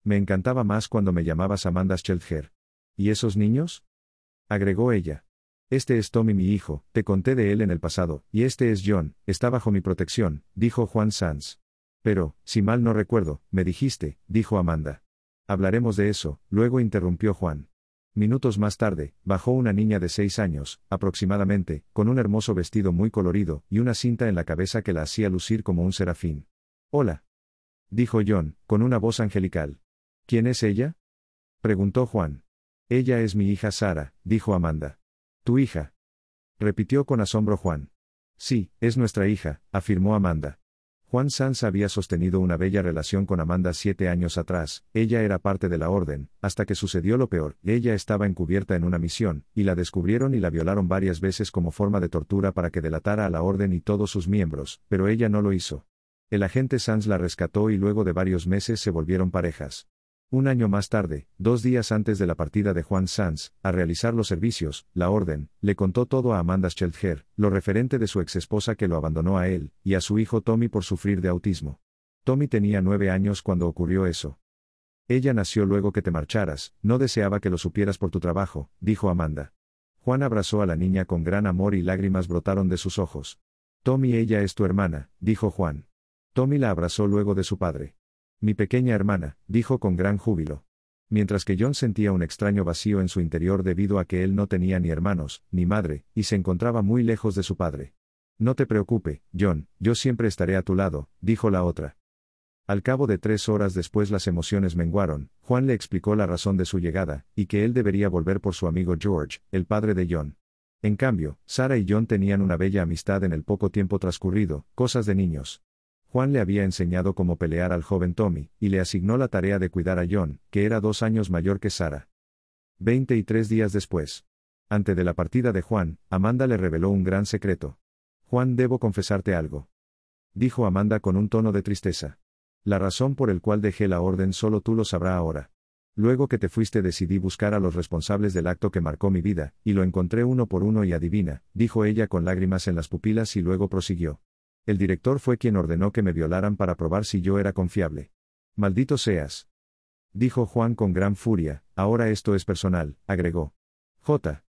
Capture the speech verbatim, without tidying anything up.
Me encantaba más cuando me llamabas Amanda Scheldher. ¿Y esos niños?, agregó ella. Este es Tommy, mi hijo, te conté de él en el pasado, y este es John, está bajo mi protección, dijo Juan Sanz. Pero, si mal no recuerdo, me dijiste, dijo Amanda. Hablaremos de eso, luego interrumpió Juan. Minutos más tarde, bajó una niña de seis años, aproximadamente, con un hermoso vestido muy colorido y una cinta en la cabeza que la hacía lucir como un serafín. Hola, dijo John, con una voz angelical. ¿Quién es ella?, preguntó Juan. Ella es mi hija Sara, dijo Amanda. ¿Tu hija?, repitió con asombro Juan. Sí, es nuestra hija, afirmó Amanda. Juan Sanz había sostenido una bella relación con Amanda siete años atrás, ella era parte de la orden, hasta que sucedió lo peor, ella estaba encubierta en una misión, y la descubrieron y la violaron varias veces como forma de tortura para que delatara a la orden y todos sus miembros, pero ella no lo hizo. El agente Sanz la rescató y luego de varios meses se volvieron parejas. Un año más tarde, dos días antes de la partida de Juan Sanz, a realizar los servicios, la orden, le contó todo a Amanda Scheldher, lo referente de su exesposa que lo abandonó a él, y a su hijo Tommy por sufrir de autismo. Tommy tenía nueve años cuando ocurrió eso. Ella nació luego que te marcharas, no deseaba que lo supieras por tu trabajo, dijo Amanda. Juan abrazó a la niña con gran amor y lágrimas brotaron de sus ojos. Tommy, ella es tu hermana, dijo Juan. Tommy la abrazó luego de su padre. Mi pequeña hermana, dijo con gran júbilo. Mientras que John sentía un extraño vacío en su interior debido a que él no tenía ni hermanos, ni madre, y se encontraba muy lejos de su padre. No te preocupe, John, yo siempre estaré a tu lado, dijo la otra. Al cabo de tres horas después las emociones menguaron, Juan le explicó la razón de su llegada, y que él debería volver por su amigo George, el padre de John. En cambio, Sara y John tenían una bella amistad en el poco tiempo transcurrido, cosas de niños. Juan le había enseñado cómo pelear al joven Tommy, y le asignó la tarea de cuidar a John, que era dos años mayor que Sara. Veinte y tres días después. Antes de la partida de Juan, Amanda le reveló un gran secreto. Juan, debo confesarte algo, dijo Amanda con un tono de tristeza. La razón por el cual dejé la orden solo tú lo sabrás ahora. Luego que te fuiste decidí buscar a los responsables del acto que marcó mi vida, y lo encontré uno por uno y adivina, dijo ella con lágrimas en las pupilas y luego prosiguió. El director fue quien ordenó que me violaran para probar si yo era confiable. Maldito seas, dijo Juan con gran furia, ahora esto es personal, agregó. J.